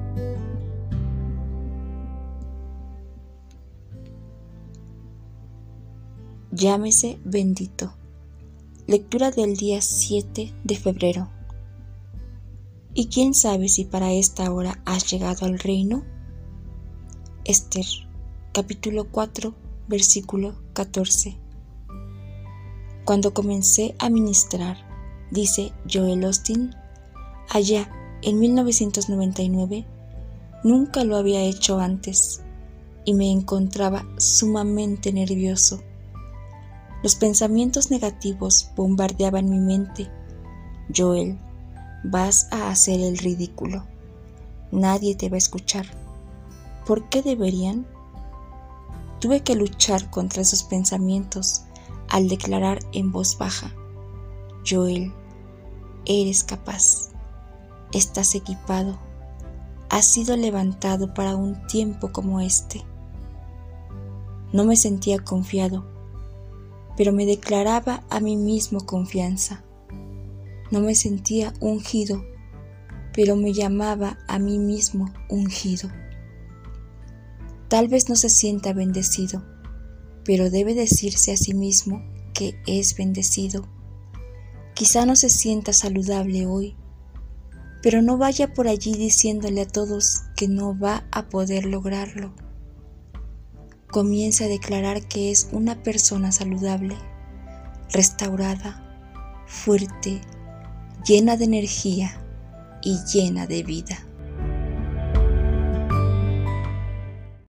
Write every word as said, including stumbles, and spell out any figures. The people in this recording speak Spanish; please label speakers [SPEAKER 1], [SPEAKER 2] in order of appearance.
[SPEAKER 1] Llámese bendito. Lectura del día siete de febrero. ¿Y quién sabe si para esta hora has llegado al reino? Esther, capítulo cuatro, versículo catorce. Cuando comencé a ministrar, dice Joel Osteen, allá en mil novecientos noventa y nueve, nunca lo había hecho antes y me encontraba sumamente nervioso. Los pensamientos negativos bombardeaban mi mente. Joel, vas a hacer el ridículo. Nadie te va a escuchar. ¿Por qué deberían? Tuve que luchar contra esos pensamientos al declarar en voz baja: Joel, eres capaz. Estás equipado. Has sido levantado para un tiempo como este. No me sentía confiado, pero me declaraba a mí mismo confianza. No me sentía ungido, pero me llamaba a mí mismo ungido. Tal vez no se sienta bendecido, pero debe decirse a sí mismo que es bendecido. Quizá no se sienta saludable hoy, pero no vaya por allí diciéndole a todos que no va a poder lograrlo. Comience a declarar que es una persona saludable, restaurada, fuerte, llena de energía y llena de vida.